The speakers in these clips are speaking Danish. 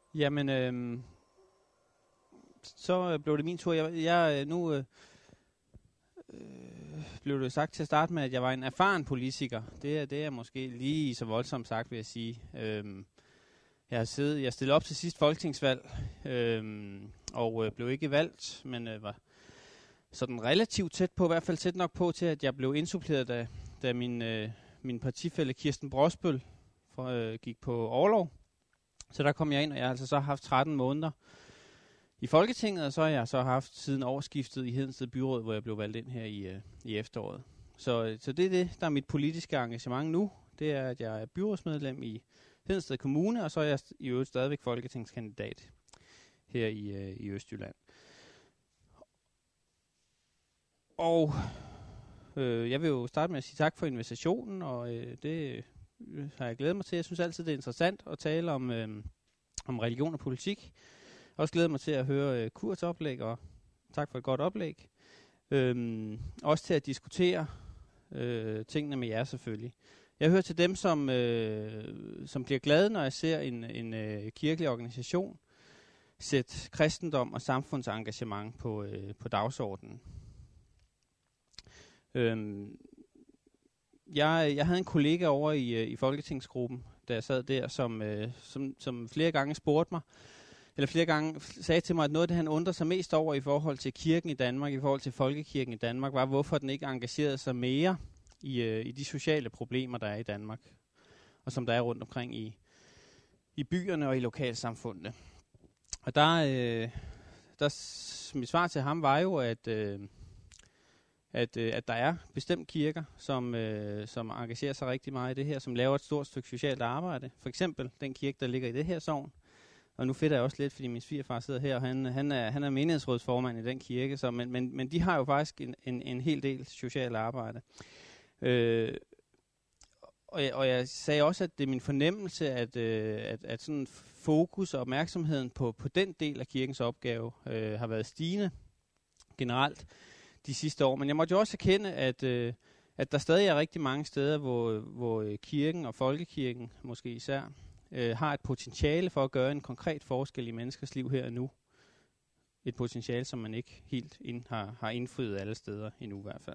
Jamen, så blev det min tur. Nu blev det sagt til at starte med, at jeg var en erfaren politiker. Det er måske lige så voldsomt sagt, vil jeg sige. Jeg stillede op til sidst folketingsvalg, og blev ikke valgt, men var sådan relativt tæt på, i hvert fald tæt nok på til, at jeg blev indsuppleret, da min partifælle Kirsten Brosbøl gik på orlov. Så der kom jeg ind, og jeg har altså så haft 13 måneder i Folketinget, og så har jeg så haft siden årsskiftet i Hedensted Byråd, hvor jeg blev valgt ind her i efteråret. Så det er det, der er mit politiske engagement nu. Det er, at jeg er byrådsmedlem i Hedensted Kommune, og så er jeg i øvrigt stadigvæk folketingskandidat her i Østjylland. Og jeg vil jo starte med at sige tak for invitationen, og det har jeg glædet mig til. Jeg synes altid, det er interessant at tale om religion og politik. Jeg har også glædet mig til at høre Kurts oplæg, og tak for et godt oplæg. Også til at diskutere tingene med jer selvfølgelig. Jeg hører til dem, som bliver glade, når jeg ser en kirkelig organisation sætte kristendom og samfundsengagement på dagsordenen. Jeg havde en kollega over i folketingsgruppen, da jeg sad der, som flere gange spurgte mig, eller flere gange sagde til mig, at noget af det, han undrede sig mest over i forhold til kirken i Danmark, i forhold til folkekirken i Danmark, var, hvorfor den ikke engagerede sig mere i de sociale problemer, der er i Danmark, og som der er rundt omkring i byerne og i lokalsamfundene. Og mit svar til ham var jo, at der er bestemt kirker, som engagerer sig rigtig meget i det her, som laver et stort stykke socialt arbejde. For eksempel den kirke, der ligger i det her sogn. Og nu fedter jeg også lidt, fordi min svigerfar sidder her, og han er menighedsrådsformand i den kirke. Men de har jo faktisk en hel del socialt arbejde. Og jeg sagde også, at det er min fornemmelse, at sådan fokus og opmærksomheden på den del af kirkens opgave har været stigende generelt de sidste år. Men jeg måtte jo også erkende, at der stadig er rigtig mange steder, hvor kirken og folkekirken måske især har et potentiale for at gøre en konkret forskel i menneskers liv her og nu. Et potentiale, som man ikke helt har indfriet alle steder endnu i hvert fald.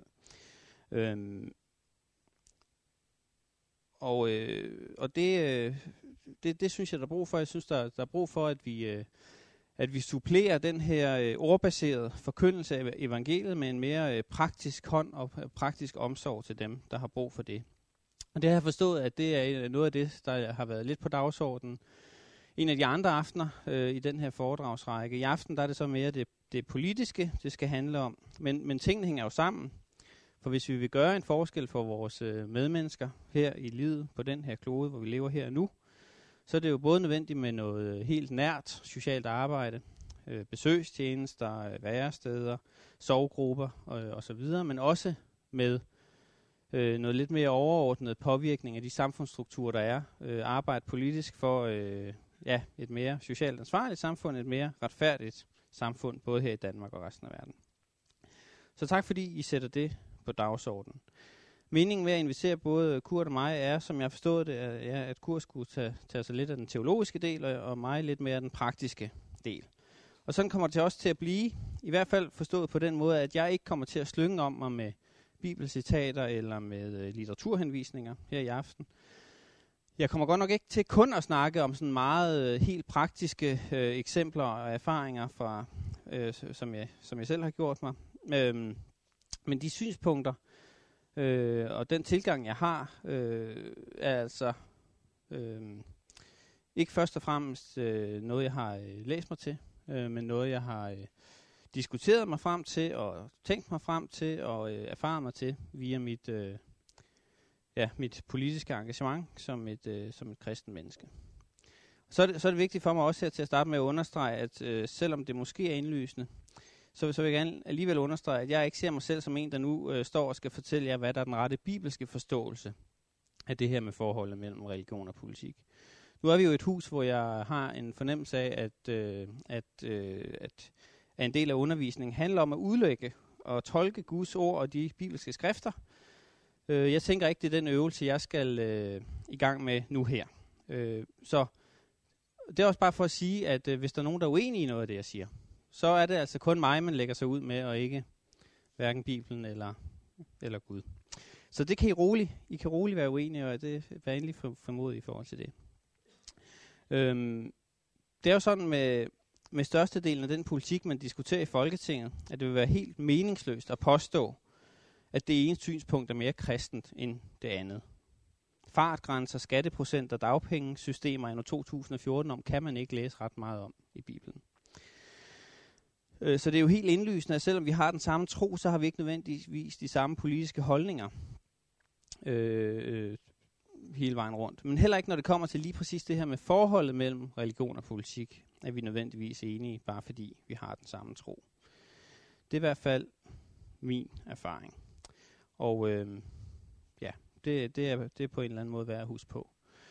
Og det synes jeg, der er brug for. Jeg synes, der er brug for, at vi supplerer den her ordbaserede forkyndelse af evangeliet med en mere praktisk hånd og praktisk omsorg til dem, der har brug for det. Og det har jeg forstået, at det er noget af det, der har været lidt på dagsordenen. En af de andre aftener i den her foredragsrække. I aften der er det så mere det politiske, det skal handle om. Men tingene hænger jo sammen. For hvis vi vil gøre en forskel for vores medmennesker her i livet på den her klode, hvor vi lever her og nu, så er det jo både nødvendigt med noget helt nært socialt arbejde, besøgstjenester, væresteder, sovegrupper osv., men også med noget lidt mere overordnet påvirkning af de samfundsstrukturer, der er. Arbejde politisk for et mere socialt ansvarligt samfund, et mere retfærdigt samfund, både her i Danmark og resten af verden. Så tak fordi I sætter det på dagsordenen. Meningen med at invitere både Kurt og mig er, som jeg forstod det, at Kurt skulle tage sig lidt af den teologiske del, og mig lidt mere af den praktiske del. Og sådan kommer det også til at blive, i hvert fald forstået på den måde, at jeg ikke kommer til at slynge om mig med bibelcitater eller med litteraturhenvisninger her i aften. Jeg kommer godt nok ikke til kun at snakke om sådan meget helt praktiske eksempler og erfaringer fra, som jeg selv har gjort mig. Men de synspunkter og den tilgang, jeg har, er altså ikke først og fremmest noget, jeg har læst mig til, men noget, jeg har diskuteret mig frem til og tænkt mig frem til og erfaret mig til via mit politiske engagement som et kristen menneske. Så er det vigtigt for mig også her til at starte med at understrege, at selvom det måske er indlysende, så vil jeg gerne alligevel understrege, at jeg ikke ser mig selv som en, der nu står og skal fortælle jer, hvad der er den rette bibelske forståelse af det her med forholdet mellem religion og politik. Nu er vi jo et hus, hvor jeg har en fornemmelse af, at en del af undervisningen handler om at udlægge og tolke Guds ord og de bibelske skrifter. Jeg tænker ikke, det er den øvelse, jeg skal i gang med nu her. Så Det er også bare for at sige, at hvis der er nogen, der er uenige i noget af det, jeg siger, så er det altså kun mig, man lægger sig ud med, og ikke hverken Bibelen eller Gud. Så det kan I kan roligt være uenige, og det er vanligt formodet i forhold til det. Det er jo sådan med størstedelen af den politik, man diskuterer i Folketinget, at det vil være helt meningsløst at påstå, at det ene synspunkt er mere kristent end det andet. Fartgrænser, skatteprocenter, dagpengesystemer i 2014 kan man ikke læse ret meget om i Bibelen. Så det er jo helt indlysende, at selvom vi har den samme tro, så har vi ikke nødvendigvis de samme politiske holdninger hele vejen rundt. Men heller ikke, når det kommer til lige præcis det her med forholdet mellem religion og politik, er vi nødvendigvis enige, bare fordi vi har den samme tro. Det er i hvert fald min erfaring. Og det er på en eller anden måde værd at huske på.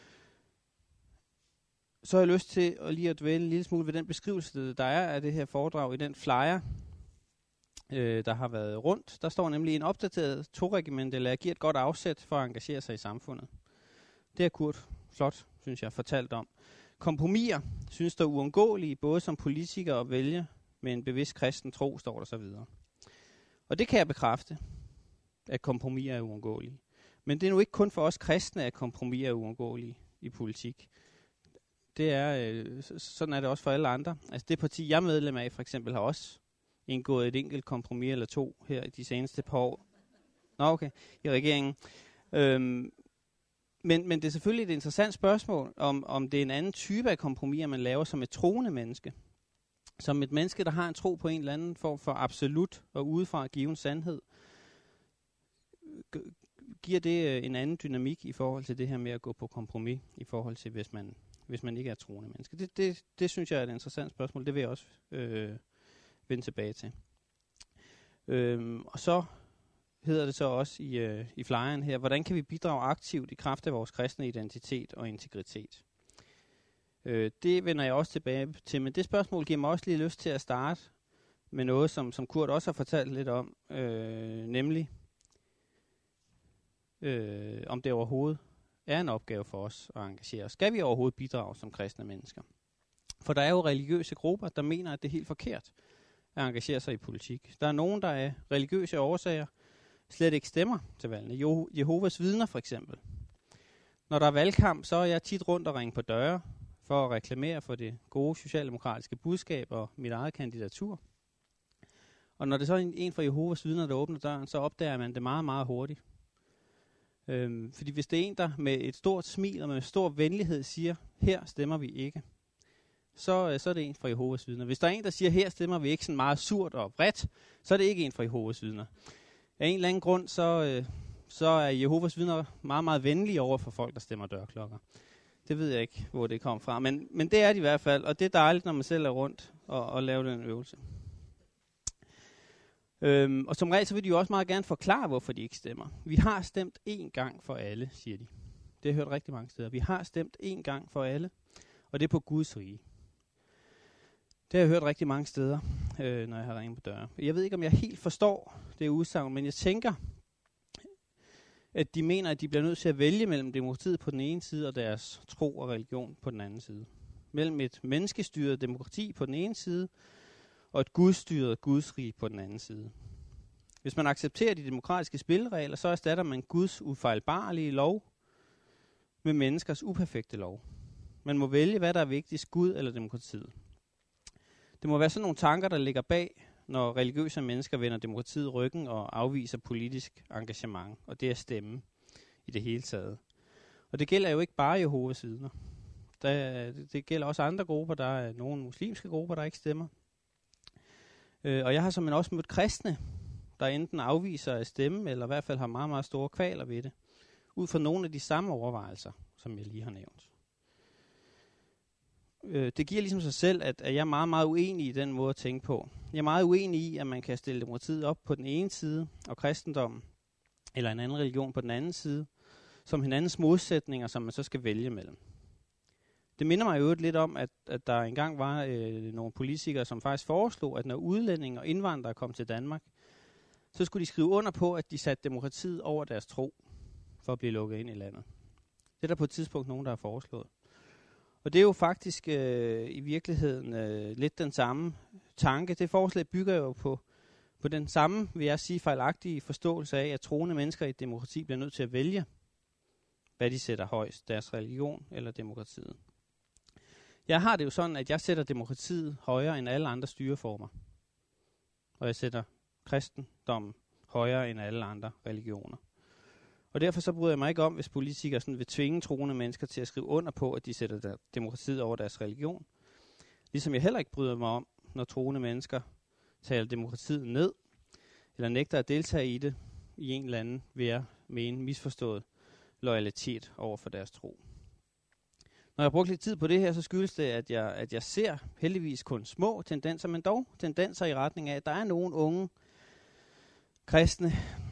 Så har jeg lyst til at dvæle en lille smule ved den beskrivelse, der er af det her foredrag i den flyer, der har været rundt. Der står nemlig en opdateret togregimente, giver et godt afsæt for at engagere sig i samfundet. Det er Kurt flot, synes jeg, fortalt om. Kompromiser synes der er uundgåelige, både som politiker og vælge med en bevidst kristen tro, står der så videre. Og det kan jeg bekræfte, at kompromiser er uundgåelige. Men det er nu ikke kun for os kristne, at kompromiser er uundgåelige i politik. Det er, sådan er det også for alle andre. Altså det parti, jeg er medlem af, for eksempel, har også indgået et enkelt kompromis eller to her i de seneste par år. I regeringen. Men det er selvfølgelig et interessant spørgsmål, om det er en anden type af kompromiser, man laver som et troende menneske. Som et menneske, der har en tro på en eller anden form for absolut og udefra given sandhed. Giver det en anden dynamik i forhold til det her med at gå på kompromis, i forhold til hvis man ikke er troende menneske? Det synes jeg er et interessant spørgsmål. Det vil jeg også vende tilbage til. Og så hedder det så også i flyeren her, hvordan kan vi bidrage aktivt i kraft af vores kristne identitet og integritet? Det vender jeg også tilbage til, men det spørgsmål giver mig også lige lyst til at starte med noget, som Kurt også har fortalt lidt om, nemlig om det overhovedet er en opgave for os at engagere os. Skal vi overhovedet bidrage som kristne mennesker? For der er jo religiøse grupper, der mener, at det er helt forkert at engagere sig i politik. Der er nogen, der af religiøse årsager slet ikke stemmer til valgene. Jehovas vidner for eksempel. Når der er valgkamp, så er jeg tit rundt og ringe på døre for at reklamere for det gode socialdemokratiske budskab og mit eget kandidatur. Og når det så er en fra Jehovas vidner, der åbner døren, så opdager man det meget, meget hurtigt. Fordi hvis det er en, der med et stort smil og med stor venlighed siger, her stemmer vi ikke, så er det en fra Jehovas vidner. Hvis der er en, der siger, her stemmer vi ikke, sådan meget surt og vredt, så er det ikke en fra Jehovas vidner. Af en eller anden grund, så er Jehovas vidner meget, meget venlige over for folk, der stemmer dørklokker. Det ved jeg ikke, hvor det kom fra, men det er de i hvert fald, og det er dejligt, når man selv er rundt og laver den øvelse. Og som regel, så vil de jo også meget gerne forklare, hvorfor de ikke stemmer. Vi har stemt én gang for alle, siger de. Det har jeg hørt rigtig mange steder. Vi har stemt én gang for alle, og det er på Guds rige. Det har jeg hørt rigtig mange steder, når jeg har ringet på døre. Jeg ved ikke, om jeg helt forstår det udsagn, men jeg tænker, at de mener, at de bliver nødt til at vælge mellem demokratiet på den ene side og deres tro og religion på den anden side. Mellem et menneskestyret demokrati på den ene side og et gudstyret gudsrige på den anden side. Hvis man accepterer de demokratiske spilleregler, så erstatter man Guds ufejlbarlige lov med menneskers uperfekte lov. Man må vælge, hvad der er vigtigst, Gud eller demokratiet. Det må være sådan nogle tanker, der ligger bag, når religiøse mennesker vender demokratiet ryggen og afviser politisk engagement, og det er stemme i det hele taget. Og det gælder jo ikke bare Jehovas vidner. Det gælder også andre grupper. Der er nogle muslimske grupper, der ikke stemmer. Og jeg har som også mødt kristne, der enten afviser at stemme, eller i hvert fald har meget, meget store kvaler ved det, ud fra nogle af de samme overvejelser, som jeg lige har nævnt. Det giver ligesom sig selv, at jeg er meget, meget uenig i den måde at tænke på. Jeg er meget uenig i, at man kan stille demokratiet op på den ene side, og kristendommen, eller en anden religion på den anden side, som hinandens modsætninger, som man så skal vælge mellem. Det minder mig jo lidt om, at der engang var nogle politikere, som faktisk foreslog, at når udlændinge og indvandrere kom til Danmark, så skulle de skrive under på, at de satte demokratiet over deres tro, for at blive lukket ind i landet. Det er der på et tidspunkt nogen, der har foreslået. Og det er jo faktisk i virkeligheden lidt den samme tanke. Det forslag bygger jo på den samme, vil jeg sige, fejlagtige forståelse af, at troende mennesker i et demokrati bliver nødt til at vælge, hvad de sætter højst, deres religion eller demokratiet. Jeg har det jo sådan, at jeg sætter demokratiet højere end alle andre styreformer. Og jeg sætter kristendommen højere end alle andre religioner. Og derfor så bryder jeg mig ikke om, hvis politikere sådan vil tvinge troende mennesker til at skrive under på, at de sætter demokratiet over deres religion. Ligesom jeg heller ikke bryder mig om, når troende mennesker taler demokratiet ned, eller nægter at deltage i det i en eller anden, vil jeg mene, misforstået loyalitet over for deres tro. Når jeg har brugt lidt tid på det her, så skyldes det, at jeg ser heldigvis kun små tendenser, men dog tendenser i retning af, at der er nogle unge kristne,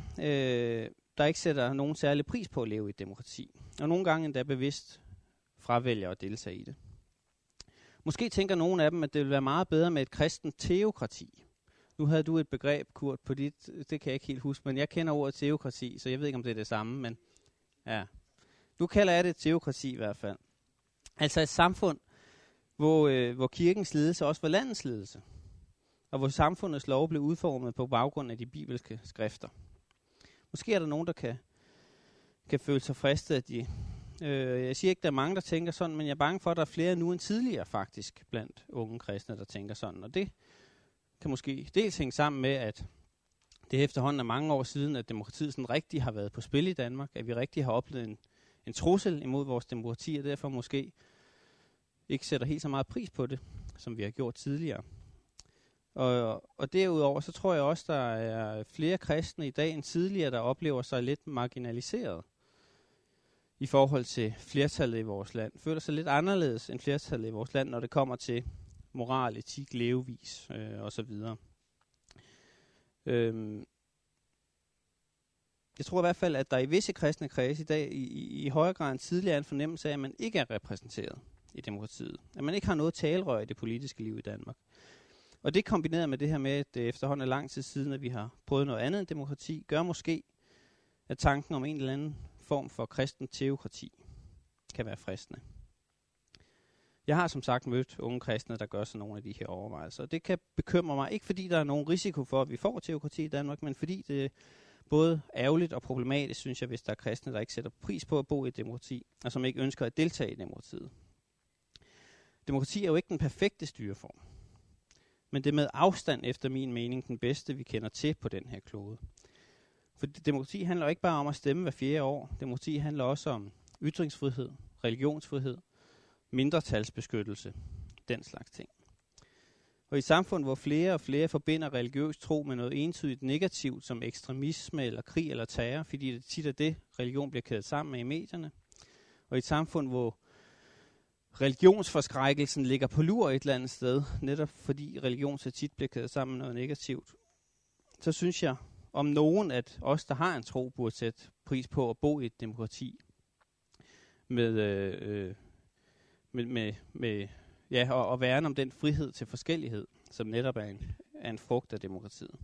der ikke sætter nogen særlig pris på at leve i et demokrati, og nogle gange endda bevidst fravælger at deltage i det. Måske tænker nogle af dem, at det vil være meget bedre med et kristent teokrati. Nu havde du et begreb, Kurt, på dit, det kan jeg ikke helt huske, men jeg kender ordet teokrati, så jeg ved ikke, om det er det samme, men ja. Nu kalder jeg det et teokrati i hvert fald. Altså et samfund, hvor kirkens ledelse også var landets ledelse, og hvor samfundets lov blev udformet på baggrund af de bibelske skrifter. Måske er der nogen, der kan føle sig fristet af de. Jeg siger ikke, der er mange, der tænker sådan, men jeg er bange for, at der er flere nu end tidligere faktisk blandt unge kristne, der tænker sådan. Og det kan måske dels hænge sammen med, at det efterhånden er mange år siden, at demokratiet sådan rigtig har været på spil i Danmark, at vi rigtig har oplevet en trussel imod vores demokrati, og derfor måske ikke sætter helt så meget pris på det, som vi har gjort tidligere. Og derudover, så tror jeg også, der er flere kristne i dag end tidligere, der oplever sig lidt marginaliseret i forhold til flertallet i vores land. Føler sig lidt anderledes end flertallet i vores land, når det kommer til moral, etik, levevis osv. Jeg tror i hvert fald, at der i visse kristne kredse i dag i højere grad end tidligere er en fornemmelse af, at man ikke er repræsenteret i demokratiet. At man ikke har noget talerør i det politiske liv i Danmark. Og det kombineret med det her med, at det efterhånden er lang tid siden, at vi har prøvet noget andet end demokrati, gør måske, at tanken om en eller anden form for kristen teokrati kan være fristende. Jeg har som sagt mødt unge kristne, der gør sådan nogle af de her overvejelser. Og det kan bekymre mig, ikke fordi der er nogen risiko for, at vi får teokrati i Danmark, men fordi det er både ærgerligt og problematisk, synes jeg, hvis der er kristne, der ikke sætter pris på at bo i et demokrati, og som ikke ønsker at deltage i demokratiet. Demokrati er jo ikke den perfekte styreform, men det er med afstand efter min mening den bedste, vi kender til på den her klode. For demokrati handler jo ikke bare om at stemme hver 4 år. Demokrati handler også om ytringsfrihed, religionsfrihed, mindretalsbeskyttelse, den slags ting. Og i et samfund, hvor flere og flere forbinder religiøs tro med noget entydigt negativt, som ekstremisme eller krig eller terror, fordi det tit er det, religion bliver kædet sammen med i medierne, og i et samfund, hvor religionsforskrækkelsen ligger på lur et eller andet sted, netop fordi religion så tit bliver kædet sammen med noget negativt, så synes jeg om nogen, at os, der har en tro, burde sætte pris på at bo i et demokrati og værne om den frihed til forskellighed, som netop er en frugt af demokratiet.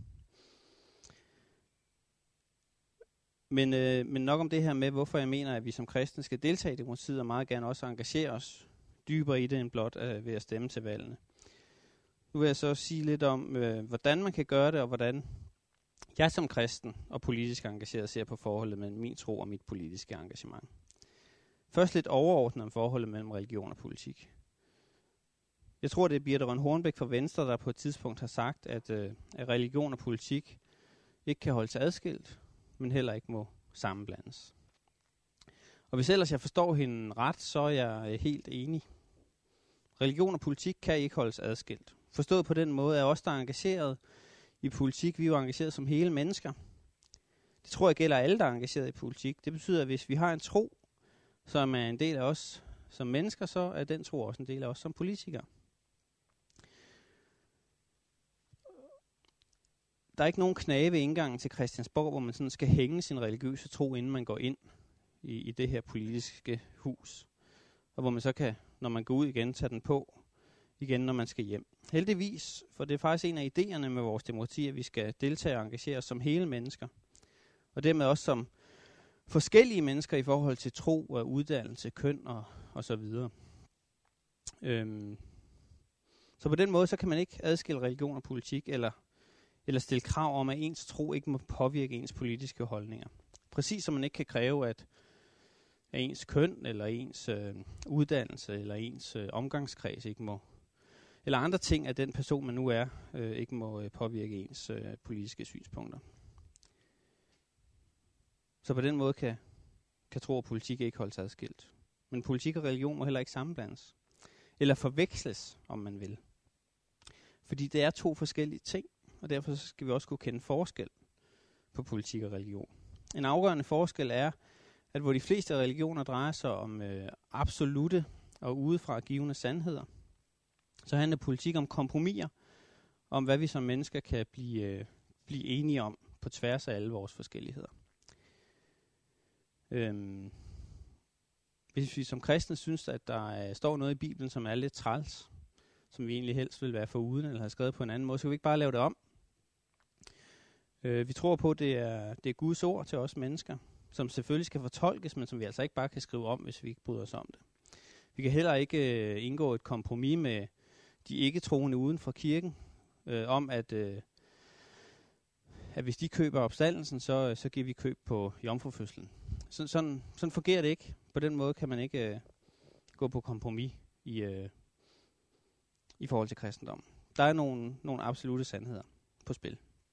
Men nok om det her med, hvorfor jeg mener, at vi som kristne skal deltage i demokratiet, og meget gerne også engagere os dybere i det, end blot ved at stemme til valgene. Nu vil jeg så sige lidt om, hvordan man kan gøre det, og hvordan jeg som kristen og politisk engageret ser på forholdet mellem min tro og mit politiske engagement. Først lidt overordnet om forholdet mellem religion og politik. Jeg tror, det er Birthe Rønn Hornbech fra Venstre, der på et tidspunkt har sagt, at religion og politik ikke kan holdes adskilt, men heller ikke må sammenblandes. Og hvis ellers jeg forstår hende ret, så er jeg helt enig. Religion og politik kan ikke holdes adskilt. Forstået på den måde, at os, der er engageret i politik, vi er jo engageret som hele mennesker. Det tror jeg gælder alle, der er engageret i politik. Det betyder, at hvis vi har en tro, som er en del af os som mennesker, så er den tro også en del af os som politikere. Der er ikke nogen knage ved indgangen til Christiansborg, hvor man sådan skal hænge sin religiøse tro, inden man går ind i det her politiske hus. Og hvor man så kan, når man går ud igen, tage den på igen, når man skal hjem. Heldigvis, for det er faktisk en af idéerne med vores demokrati, at vi skal deltage og engagere os som hele mennesker. Og dermed også som forskellige mennesker i forhold til tro og uddannelse, køn og så videre. Så på den måde, så kan man ikke adskille religion og politik, eller stille krav om, at ens tro ikke må påvirke ens politiske holdninger. Præcis som man ikke kan kræve, at ens køn, eller ens uddannelse, eller ens omgangskreds ikke må, eller andre ting af den person, man nu er, ikke må påvirke ens politiske synspunkter. Så på den måde kan tro og politik ikke holdes adskilt. Men politik og religion må heller ikke sammenblandes. Eller forveksles, om man vil. Fordi det er to forskellige ting, og derfor skal vi også kunne kende forskel på politik og religion. En afgørende forskel er, at hvor de fleste religioner drejer sig om absolute og udefra givende sandheder, så handler politik om kompromiser, om hvad vi som mennesker kan blive enige om på tværs af alle vores forskelligheder. Hvis vi som kristne synes, at der står noget i Bibelen, som er lidt træls, som vi egentlig helst vil være foruden eller have skrevet på en anden måde, så kan vi ikke bare lave det om. Vi tror på, at det er Guds ord til os mennesker, som selvfølgelig skal fortolkes, men som vi altså ikke bare kan skrive om, hvis vi ikke bryder os om det. Vi kan heller ikke indgå et kompromis med de ikke-troende uden for kirken, om at hvis de køber opstandelsen, så giver vi køb på jomfrufødslen. Sådan fungerer det ikke. På den måde kan man ikke gå på kompromis i forhold til kristendom. Der er nogle absolute sandheder på spil.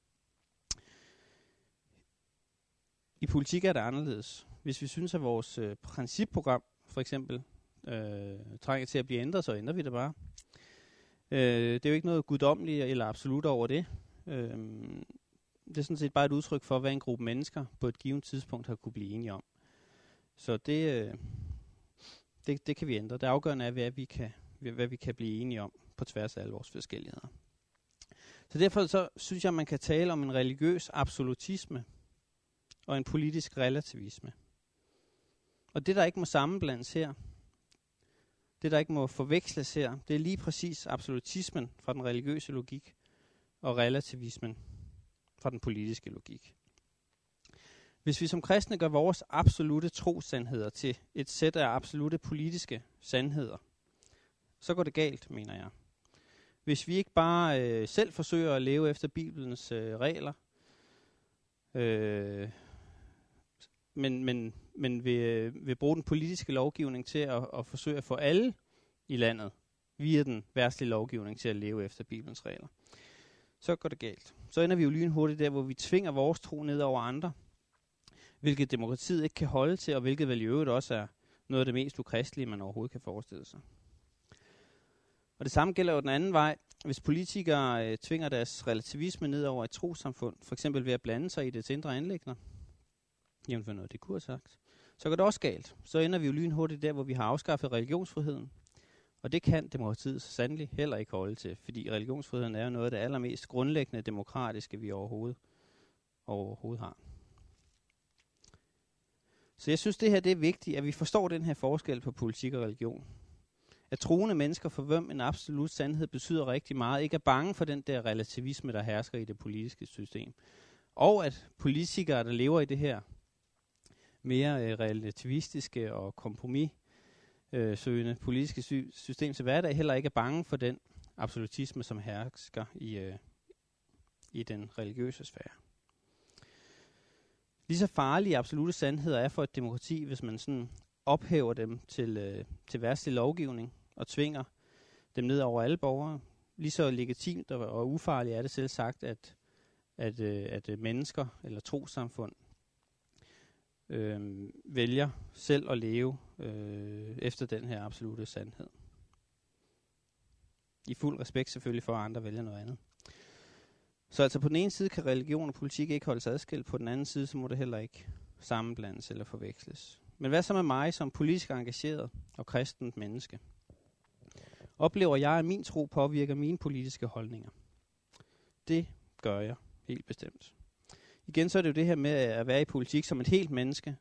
I politik er det anderledes. Hvis vi synes, at vores principprogram for eksempel trænger til at blive ændret, så ændrer vi det bare. Det er jo ikke noget guddommeligt eller absolut over det. Det er sådan set bare et udtryk for, hvad en gruppe mennesker på et givet tidspunkt har kunne blive enige om. Så det kan vi ændre. Det afgørende er, hvad vi kan blive enige om på tværs af alle vores forskelligheder. Så derfor så synes jeg, man kan tale om en religiøs absolutisme og en politisk relativisme. Og det, der ikke må sammenblandes her, det, der ikke må forveksles her, det er lige præcis absolutismen fra den religiøse logik og relativismen fra den politiske logik. Hvis vi som kristne gør vores absolute trosandheder til et sæt af absolute politiske sandheder, så går det galt, mener jeg. Hvis vi ikke bare selv forsøger at leve efter Bibelens regler, men vil bruge den politiske lovgivning til at forsøge at få alle i landet via den verdslige lovgivning til at leve efter Bibelens regler, så går det galt. Så ender vi jo lynhurtigt der, hvor vi tvinger vores tro ned over andre, hvilket demokratiet ikke kan holde til, og hvilket vel i øvrigt også er noget af det mest ukristelige, man overhovedet kan forestille sig. Og det samme gælder jo den anden vej. Hvis politikere tvinger deres relativisme ned over et trossamfund, for eksempel ved at blande sig i dets indre anliggender, jævnfør noget, det kunne have sagt, så går det også galt. Så ender vi jo lynhurtigt der, hvor vi har afskaffet religionsfriheden. Og det kan demokratiet så sandelig heller ikke holde til, fordi religionsfriheden er jo noget af det allermest grundlæggende demokratiske, vi overhovedet har. Så jeg synes, det her det er vigtigt, at vi forstår den her forskel på politik og religion. At troende mennesker, for hvem en absolut sandhed betyder rigtig meget, ikke er bange for den der relativisme, der hersker i det politiske system. Og at politikere, der lever i det her mere relativistiske og kompromissøgende politiske system til hverdag, heller ikke er bange for den absolutisme, som hersker i den religiøse sfære. Lige så farlige absolute sandheder er for et demokrati, hvis man sådan ophæver dem til verdslig lovgivning og tvinger dem ned over alle borgere. Lige så legitimt og ufarligt er det selv sagt, at mennesker eller trossamfund vælger selv at leve efter den her absolute sandhed. I fuld respekt selvfølgelig for, at andre vælger noget andet. Så altså på den ene side kan religion og politik ikke holdes adskilt, på den anden side så må det heller ikke sammenblandes eller forveksles. Men hvad så med mig som politisk engageret og kristent menneske? Oplever jeg, at min tro påvirker mine politiske holdninger? Det gør jeg helt bestemt. Igen så er det jo det her med at være i politik som et helt menneske.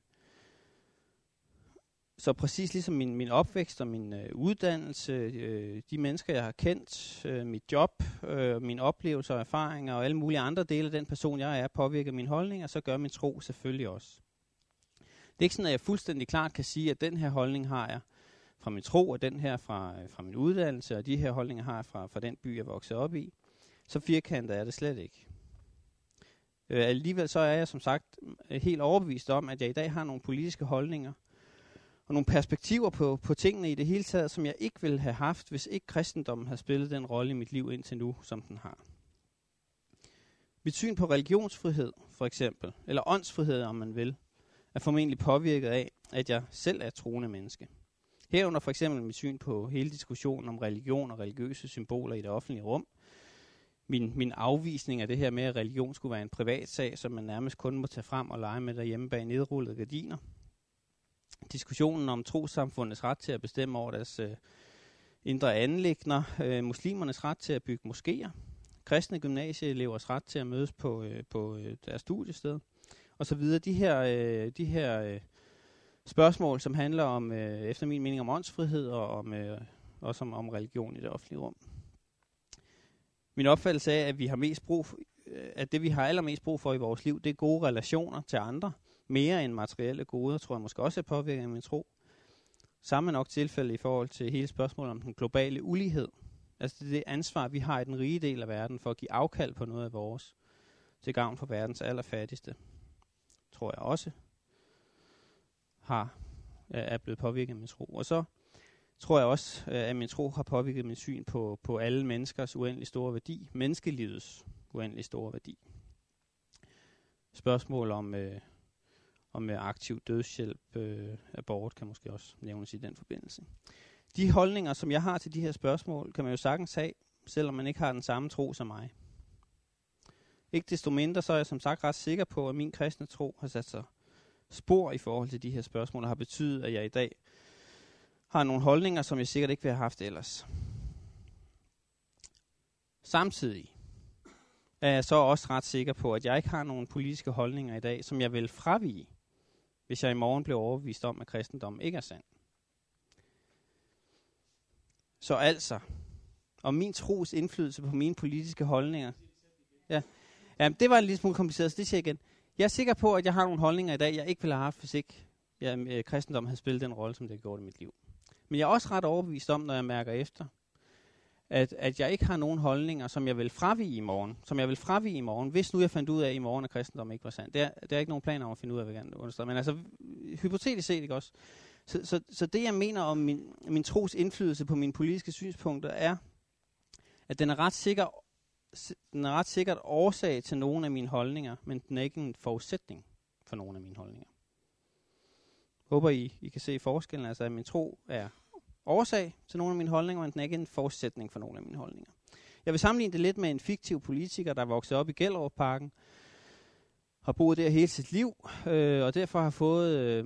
Så præcis ligesom min opvækst og min uddannelse, de mennesker jeg har kendt, mit job, mine oplevelser og erfaringer og alle mulige andre dele af den person jeg er, påvirker mine holdninger, så gør min tro selvfølgelig også. Det er ikke sådan, at jeg fuldstændig klart kan sige, at den her holdning har jeg fra min tro, og den her fra min uddannelse, og de her holdninger har jeg fra den by, jeg voksede op i. Så firkantet er det slet ikke. Alligevel så er jeg som sagt helt overbevist om, at jeg i dag har nogle politiske holdninger, og nogle perspektiver på tingene i det hele taget, som jeg ikke ville have haft, hvis ikke kristendommen havde spillet den rolle i mit liv indtil nu, som den har. Mit syn på religionsfrihed, for eksempel, eller åndsfrihed, om man vil, er formentlig påvirket af, at jeg selv er et troende menneske. Herunder for eksempel mit syn på hele diskussionen om religion og religiøse symboler i det offentlige rum. Min afvisning af det her med, at religion skulle være en privat sag, som man nærmest kun må tage frem og lege med derhjemme bag nedrullede gardiner. Diskussionen om trossamfundets ret til at bestemme over deres indre anliggender, muslimernes ret til at bygge moskéer, kristne gymnasieelevers ret til at mødes på deres studiested, og så videre. De her spørgsmål, som handler om, efter min mening, om åndsfrihed og også om religion i det offentlige rum. Min opfattelse er, at vi har mest brug for, at det vi har allermest brug for i vores liv, det er gode relationer til andre, mere end materielle goder, tror jeg måske også er påvirket af min tro. Samme nok tilfælde i forhold til hele spørgsmålet om den globale ulighed. Altså det ansvar, vi har i den rige del af verden for at give afkald på noget af vores, til gavn for verdens allerfattigste, tror jeg også er blevet påvirket af min tro. Og så tror jeg også, at min tro har påvirket min syn på alle menneskers uendelig store værdi, menneskelivets uendelig store værdi. Spørgsmål om aktiv dødshjælp, abort kan måske også nævnes i den forbindelse. De holdninger, som jeg har til de her spørgsmål, kan man jo sagtens have, selvom man ikke har den samme tro som mig. Ikke desto mindre, så er jeg som sagt ret sikker på, at min kristne tro har sat sig spor i forhold til de her spørgsmål, og har betydet, at jeg i dag har nogle holdninger, som jeg sikkert ikke ville have haft ellers. Samtidig er jeg så også ret sikker på, at jeg ikke har nogen politiske holdninger i dag, som jeg vil fravige, hvis jeg i morgen blev overbevist om, at kristendommen ikke er sand. Så altså, om min tros indflydelse på mine politiske holdninger. Ja, det var en lille smule kompliceret, så det siger jeg igen. Jeg er sikker på, at jeg har nogle holdninger i dag, jeg ikke ville have haft, hvis ikke kristendommen havde spillet den rolle, som det har gjort i mit liv. Men jeg er også ret overbevist om, når jeg mærker efter, at jeg ikke har nogen holdninger, som jeg vil fravige i morgen. Hvis nu jeg fandt ud af, at i morgen, at kristendommen ikke var sand. Det er ikke nogen planer om at finde ud af, hvad jeg gerne understreger. Men altså, hypotetisk set ikke også. Så det, jeg mener om min tros indflydelse på mine politiske synspunkter, er, at den er ret sikkert årsag til nogle af mine holdninger, men den er ikke en forudsætning for nogle af mine holdninger. Håber I kan se forskellen, altså at min tro er årsag til nogle af mine holdninger, men den er ikke en forudsætning for nogle af mine holdninger. Jeg vil sammenligne det lidt med en fiktiv politiker, der voksede op i Gellerupparken, har boet der hele sit liv, og derfor har fået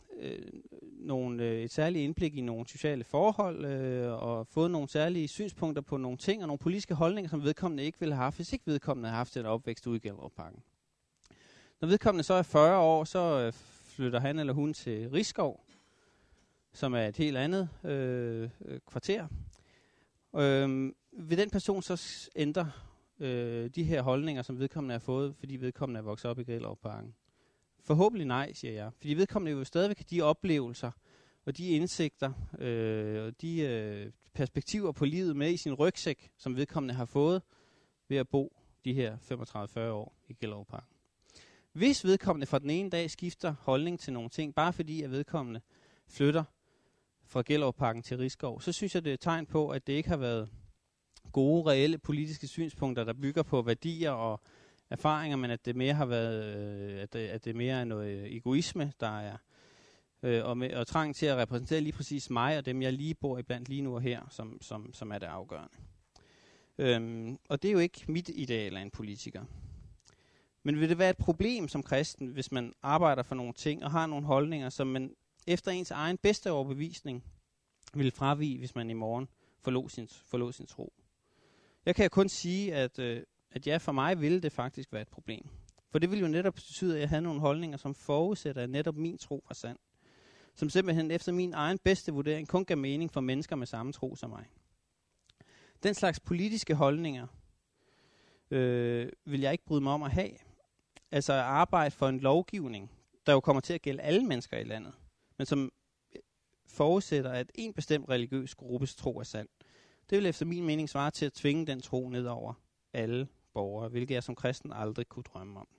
et særligt indblik i nogle sociale forhold, og fået nogle særlige synspunkter på nogle ting, og nogle politiske holdninger, som vedkommende ikke ville have haft, hvis ikke vedkommende havde haft en opvækst ude i Gellerupparken. Når vedkommende så er 40 år, så flytter han eller hun til Risskov, som er et helt andet kvarter. Vil den person så ændre de her holdninger, som vedkommende har fået, fordi vedkommende er vokset op i Gellerupparken? Forhåbentlig nej, siger jeg. Fordi vedkommende jo stadigvæk har de oplevelser og de indsigter og de perspektiver på livet med i sin rygsæk, som vedkommende har fået ved at bo de her 35-40 år i Gellerupparken. Hvis vedkommende fra den ene dag skifter holdning til nogle ting, bare fordi at vedkommende flytter fra Gellerupparken til Risskov, så synes jeg, det er et tegn på, at det ikke har været gode, reelle politiske synspunkter, der bygger på værdier og erfaringer, men at det mere har været, at det mere er noget egoisme, der er, og trang til at repræsentere lige præcis mig og dem, jeg lige bor iblandt lige nu og her, som er det afgørende. Og det er jo ikke mit ideal af en politiker. Men vil det være et problem som kristen, hvis man arbejder for nogle ting og har nogle holdninger, som man efter ens egen bedste overbevisning vil fravige, hvis man i morgen forlod sin tro? Jeg kan kun sige, at ja, for mig ville det faktisk være et problem. For det ville jo netop betyde, at jeg havde nogle holdninger, som forudsætter, at netop min tro var sand. Som simpelthen efter min egen bedste vurdering kun gav mening for mennesker med samme tro som mig. Den slags politiske holdninger vil jeg ikke bryde mig om at have. Altså at arbejde for en lovgivning, der jo kommer til at gælde alle mennesker i landet, men som forudsætter, at en bestemt religiøs gruppes tro er sand. Det vil efter min mening svare til at tvinge den tro ned over alle borgere, hvilket jeg som kristen aldrig kunne drømme om.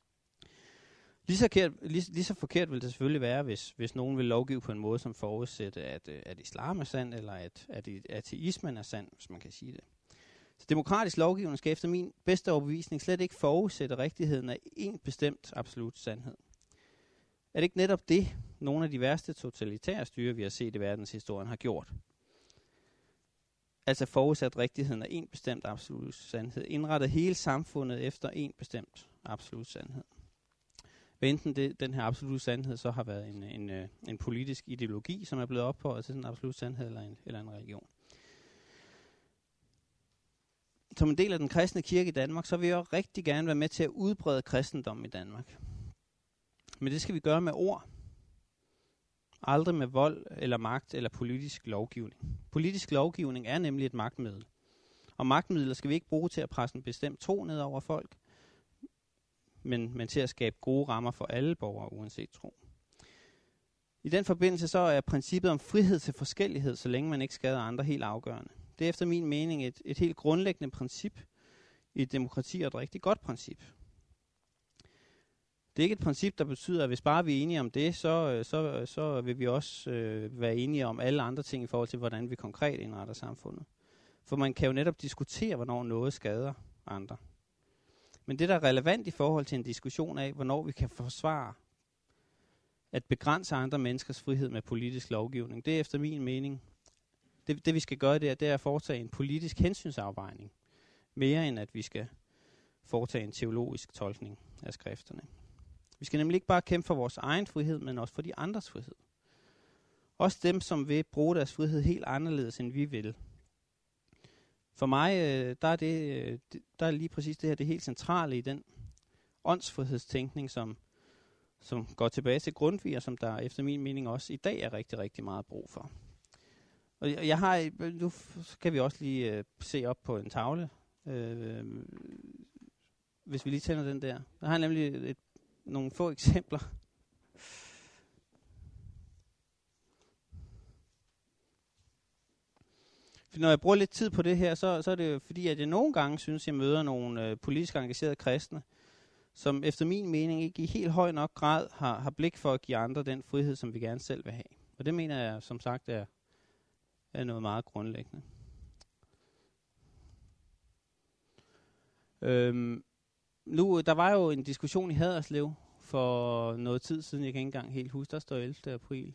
Lige så forkert vil det selvfølgelig være, hvis nogen vil lovgive på en måde, som forudsætter, at islam er sand, eller at ateismen er sand, hvis man kan sige det. Så demokratisk lovgivning skal efter min bedste overbevisning slet ikke forudsætte rigtigheden af en bestemt absolut sandhed. Er det ikke netop det, nogle af de værste totalitære styre, vi har set i verdenshistorien, har gjort? Altså forudsat rigtigheden af en bestemt absolut sandhed, indrettet hele samfundet efter en bestemt absolut sandhed. Hvad enten den her absolut sandhed så har været en politisk ideologi, som er blevet ophøjet til sådan en absolut sandhed, eller en religion. Som en del af den kristne kirke i Danmark, så vil jeg rigtig gerne være med til at udbrede kristendommen i Danmark. Men det skal vi gøre med ord. Aldrig med vold eller magt eller politisk lovgivning. Politisk lovgivning er nemlig et magtmiddel. Og magtmidler skal vi ikke bruge til at presse en bestemt tro ned over folk, men til at skabe gode rammer for alle borgere, uanset tro. I den forbindelse så er princippet om frihed til forskellighed, så længe man ikke skader andre, helt afgørende. Det er efter min mening et helt grundlæggende princip i et demokrati, og et rigtig godt princip. Det er ikke et princip, der betyder, at hvis bare vi er enige om det, så vil vi også være enige om alle andre ting i forhold til, hvordan vi konkret indretter samfundet. For man kan jo netop diskutere, hvornår noget skader andre. Men det, der er relevant i forhold til en diskussion af, hvornår vi kan forsvare at begrænse andre menneskers frihed med politisk lovgivning, det er efter min mening, det vi skal gøre, det er at foretage en politisk hensynsafvejning, mere end at vi skal foretage en teologisk tolkning af skrifterne. Vi skal nemlig ikke bare kæmpe for vores egen frihed, men også for de andres frihed. Også dem, som vil bruge deres frihed helt anderledes, end vi vil. For mig, der er lige præcis det her, det helt centrale i den åndsfrihedstænkning, som går tilbage til Grundtvig, og som der efter min mening også i dag er rigtig, rigtig meget brug for. Og nu skal vi også lige se op på en tavle, hvis vi lige tænder den der. Der har nemlig nogle få eksempler. For når jeg bruger lidt tid på det her, så er det jo fordi, at jeg nogle gange synes, jeg møder nogle politisk engagerede kristne, som efter min mening ikke i helt høj nok grad har blik for at give andre den frihed, som vi gerne selv vil have. Og det mener jeg, som sagt, er noget meget grundlæggende. Der var jo en diskussion i Haderslev for noget tid siden, jeg kan ikke engang helt huske, der står 11. april.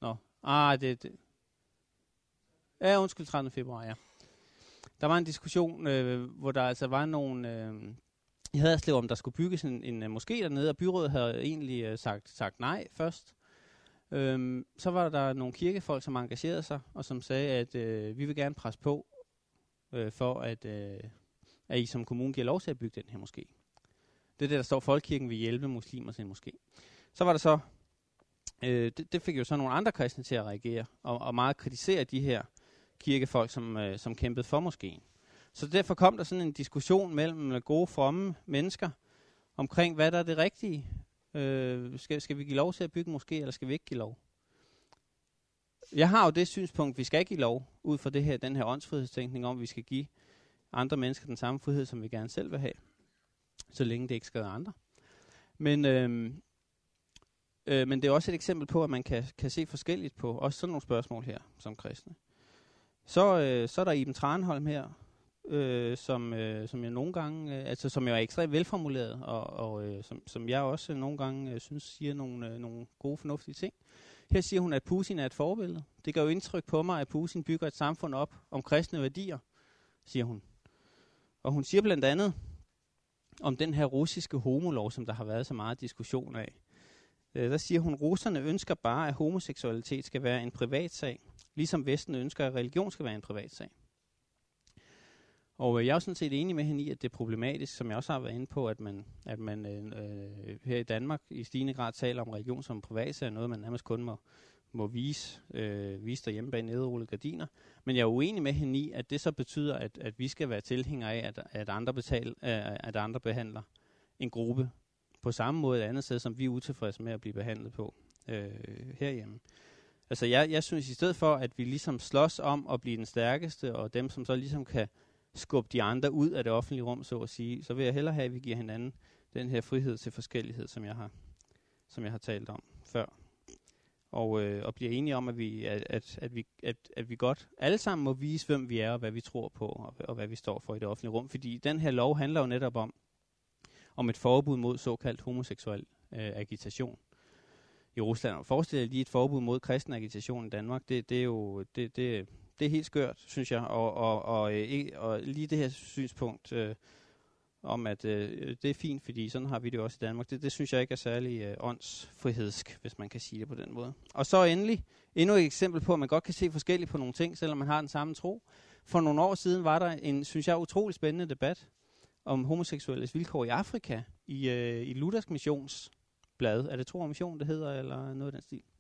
Ja, undskyld, 13. februar, ja. Der var en diskussion, hvor der altså var nogle i Haderslev, om der skulle bygges en moské dernede, og byrådet havde egentlig sagt nej først. Så var der nogle kirkefolk, som engagerede sig, og som sagde, at vi vil gerne presse på, for at I som kommune giver lov til at bygge den her moské. Det er det, der står, folkekirken vil hjælpe muslimer til en moské. Så var der så, det fik jo så nogle andre kristne til at reagere, og meget kritisere de her kirkefolk, som kæmpede for moskéen. Så derfor kom der sådan en diskussion mellem gode, fromme mennesker, omkring hvad der er det rigtige. Skal vi give lov til at bygge en moské, eller skal vi ikke give lov? Jeg har jo det synspunkt, vi skal give lov, ud fra den her åndsfrihedstænkning om, at vi skal give andre mennesker den samme frihed, som vi gerne selv vil have, så længe det ikke skader andre. Men det er også et eksempel på, at man kan se forskelligt på også sådan nogle spørgsmål her, som kristne. Så er der Iben Tranholm her, som jeg nogle gange, som jo er ekstremt velformuleret, og som jeg også nogle gange synes siger nogle gode, fornuftige ting. Her siger hun, at Putin er et forbillede. Det gør jo indtryk på mig, at Putin bygger et samfund op om kristne værdier, siger hun. Og hun siger blandt andet om den her russiske homolov, som der har været så meget diskussion af. Der siger hun, russerne ønsker bare, at homoseksualitet skal være en privatsag, ligesom Vesten ønsker, at religion skal være en privatsag. Og jeg er jo sådan set enig med hende i, at det er problematisk, som jeg også har været inde på, at man her i Danmark i stigende grad taler om religion som privatsag, noget man nærmest kun må vise derhjemme bag nedrullede gardiner. Men jeg er uenig med hende i, at det så betyder, at vi skal være tilhængere af, at andre behandler en gruppe på samme måde et andet sted, som vi er utilfredse med at blive behandlet på herhjemme. Altså jeg synes, i stedet for, at vi ligesom slås om at blive den stærkeste, og dem, som så ligesom kan skubbe de andre ud af det offentlige rum, så at sige, så vil jeg hellere have, at vi giver hinanden den her frihed til forskellighed, som jeg har talt om før. Og bliver enige om, at vi godt alle sammen må vise, hvem vi er, og hvad vi tror på, og hvad vi står for i det offentlige rum. Fordi den her lov handler jo netop om et forbud mod såkaldt homoseksuel agitation i Rusland. Og forestil jer lige et forbud mod kristen agitation i Danmark. Det er helt skørt, synes jeg. Og lige det her synspunkt om, at det er fint, fordi sådan har vi det også i Danmark. Det synes jeg ikke er særlig åndsfrihedssk, hvis man kan sige det på den måde. Og så endelig, endnu et eksempel på, at man godt kan se forskelligt på nogle ting, selvom man har den samme tro. For nogle år siden var der en, synes jeg, utrolig spændende debat om homoseksuelles vilkår i Afrika i Luthersk Missionsblad. Er det Tro og Mission, det hedder, eller noget af den stil?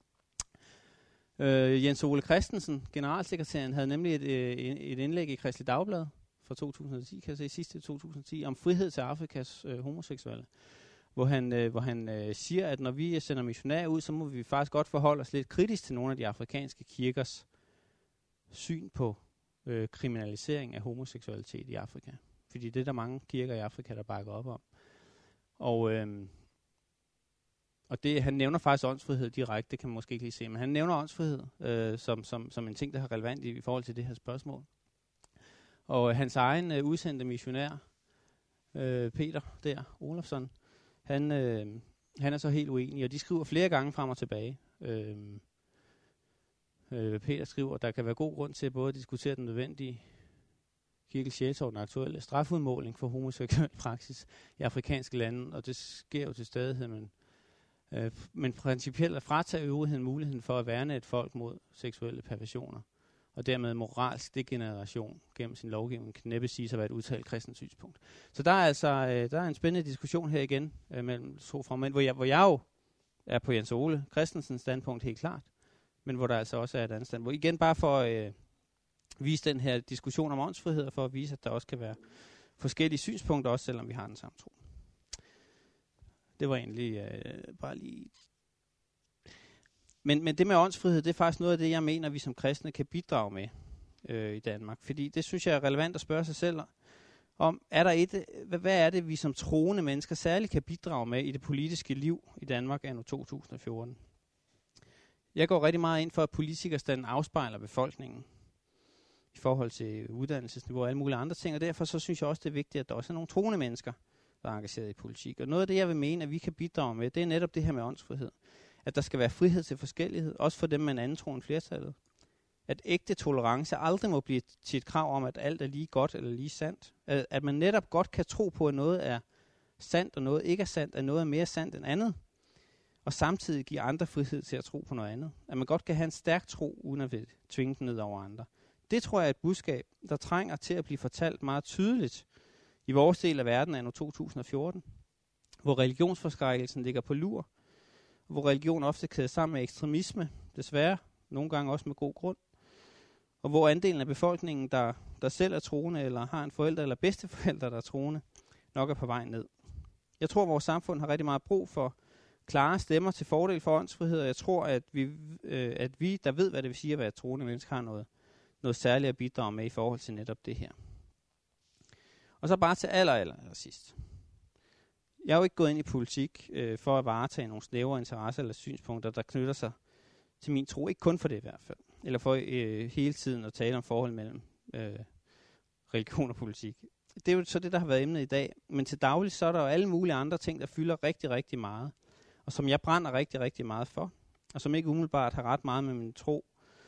Jens Ole Christensen, generalsekretæren, havde nemlig et indlæg i Kristeligt Dagblad fra 2010, kan jeg se, sidste 2010, om frihed til Afrikas homoseksuelle, hvor han siger, at når vi sender missionærer ud, så må vi faktisk godt forholde os lidt kritisk til nogle af de afrikanske kirkers syn på kriminalisering af homoseksualitet i Afrika. Fordi det er der mange kirker i Afrika, der bakker op om. Og det, han nævner faktisk åndsfrihed direkte, det kan man måske ikke lige se, men han nævner åndsfrihed som en ting, der har relevant i forhold til det her spørgsmål. Og hans egen udsendte missionær, Peter der, Olofsson, han er så helt uenig, og de skriver flere gange frem og tilbage. Peter skriver, at der kan være god grund til både at diskutere den nødvendige kirkelig sjælsord, den aktuelle strafudmåling for homoseksuel praksis i afrikanske lande, og det sker jo til stadighed, men principielt at fratage øvrigheden muligheden for at værne et folk mod seksuelle perversioner, og dermed moralsk degeneration gennem sin lovgivning, kan næppe sige at være et udtalt kristent synspunkt. Så der er altså der er en spændende diskussion her igen mellem to fragmænd, hvor jeg jo er på Jens Ole Christensens standpunkt helt klart, men hvor der altså også er et andet stand. Hvor igen bare for at vise den her diskussion om åndsfrihed, og for at vise, at der også kan være forskellige synspunkter, også selvom vi har den samme tro. Det var egentlig bare lige... Men det med åndsfrihed, det er faktisk noget af det, jeg mener, vi som kristne kan bidrage med i Danmark. Fordi det synes jeg er relevant at spørge sig selv om, hvad er det, vi som troende mennesker særligt kan bidrage med i det politiske liv i Danmark anno 2014? Jeg går rigtig meget ind for, at politikerstanden afspejler befolkningen i forhold til uddannelsesniveau og alle mulige andre ting, og derfor så synes jeg også, det er vigtigt, at der også er nogle troende mennesker, der er engageret i politik. Og noget af det, jeg vil mene, at vi kan bidrage med, det er netop det her med åndsfrihed. At der skal være frihed til forskellighed, også for dem med en anden tro end flertallet. At ægte tolerance aldrig må blive til et krav om, at alt er lige godt eller lige sandt. At man netop godt kan tro på, at noget er sandt, og noget ikke er sandt, at noget er mere sandt end andet. Og samtidig give andre frihed til at tro på noget andet. At man godt kan have en stærk tro, uden at tvinge den ned over andre. Det tror jeg er et budskab, der trænger til at blive fortalt meget tydeligt i vores del af verden anno 2014, hvor religionsforskrækkelsen ligger på lur, hvor religion ofte kædes sammen med ekstremisme, desværre, nogle gange også med god grund, og hvor andelen af befolkningen, der selv er troende, eller har en forælder eller bedsteforælder, der er troende, nok er på vej ned. Jeg tror, at vores samfund har rigtig meget brug for klare stemmer til fordel for åndsfrihed, og jeg tror, at vi, der ved, hvad det vil sige at være troende mennesker, har noget særligt at bidrage med i forhold til netop det her. Og så bare til aller sidst. Jeg er jo ikke gået ind i politik for at varetage nogle snævre interesser eller synspunkter, der knytter sig til min tro. Ikke kun for det i hvert fald. Eller for hele tiden at tale om forhold mellem religion og politik. Det er jo så det, der har været emnet i dag. Men til dagligt så er der jo alle mulige andre ting, der fylder rigtig, rigtig meget. Og som jeg brænder rigtig, rigtig meget for. Og som ikke umiddelbart har ret meget med min tro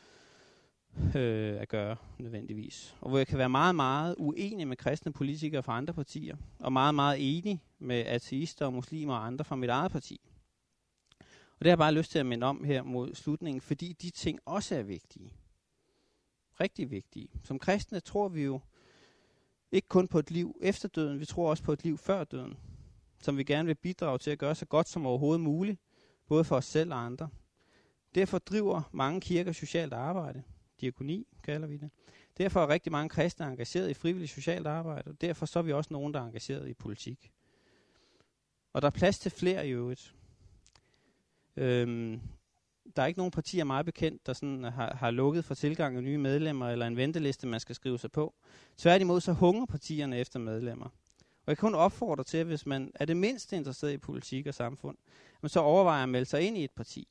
at gøre nødvendigvis. Og hvor jeg kan være meget, meget uenig med kristne politikere fra andre partier, og meget, meget enig med ateister og muslimer og andre fra mit eget parti. Og det har jeg bare lyst til at minde om her mod slutningen, fordi de ting også er vigtige. Rigtig vigtige. Som kristne tror vi jo ikke kun på et liv efter døden, vi tror også på et liv før døden, som vi gerne vil bidrage til at gøre så godt som overhovedet muligt, både for os selv og andre. Derfor driver mange kirker socialt arbejde. Diakoni kalder vi det. Derfor er rigtig mange kristne engageret i frivilligt socialt arbejde, og derfor så er vi også nogen, der er engageret i politik. Og der er plads til flere i øvrigt. der er ikke nogen partier meget bekendt, der sådan har lukket for tilgang af nye medlemmer, eller en venteliste, man skal skrive sig på. Tværtimod så hungrer partierne efter medlemmer. Og jeg kan kun opfordre til, at hvis man er det mindste interesseret i politik og samfund, man så overvejer at melde sig ind i et parti.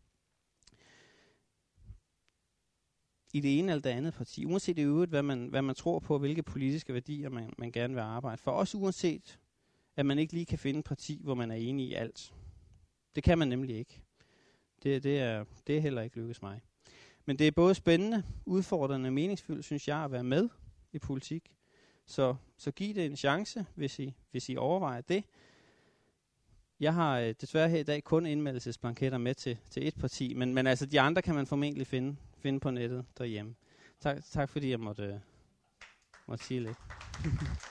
I det ene eller det andet parti. Uanset i øvrigt, hvad man tror på, hvilke politiske værdier man gerne vil arbejde for. Også uanset, at man ikke lige kan finde et parti, hvor man er enig i alt. Det kan man nemlig ikke. Det er heller ikke lykkes mig. Men det er både spændende, udfordrende og meningsfyldt, synes jeg, at være med i politik. Så giv det en chance, hvis I overvejer det. Jeg har desværre her i dag kun indmeldelsesblanketter med til et parti, men altså de andre kan man formentlig finde på nettet derhjemme. Tak fordi jeg måtte sige lidt.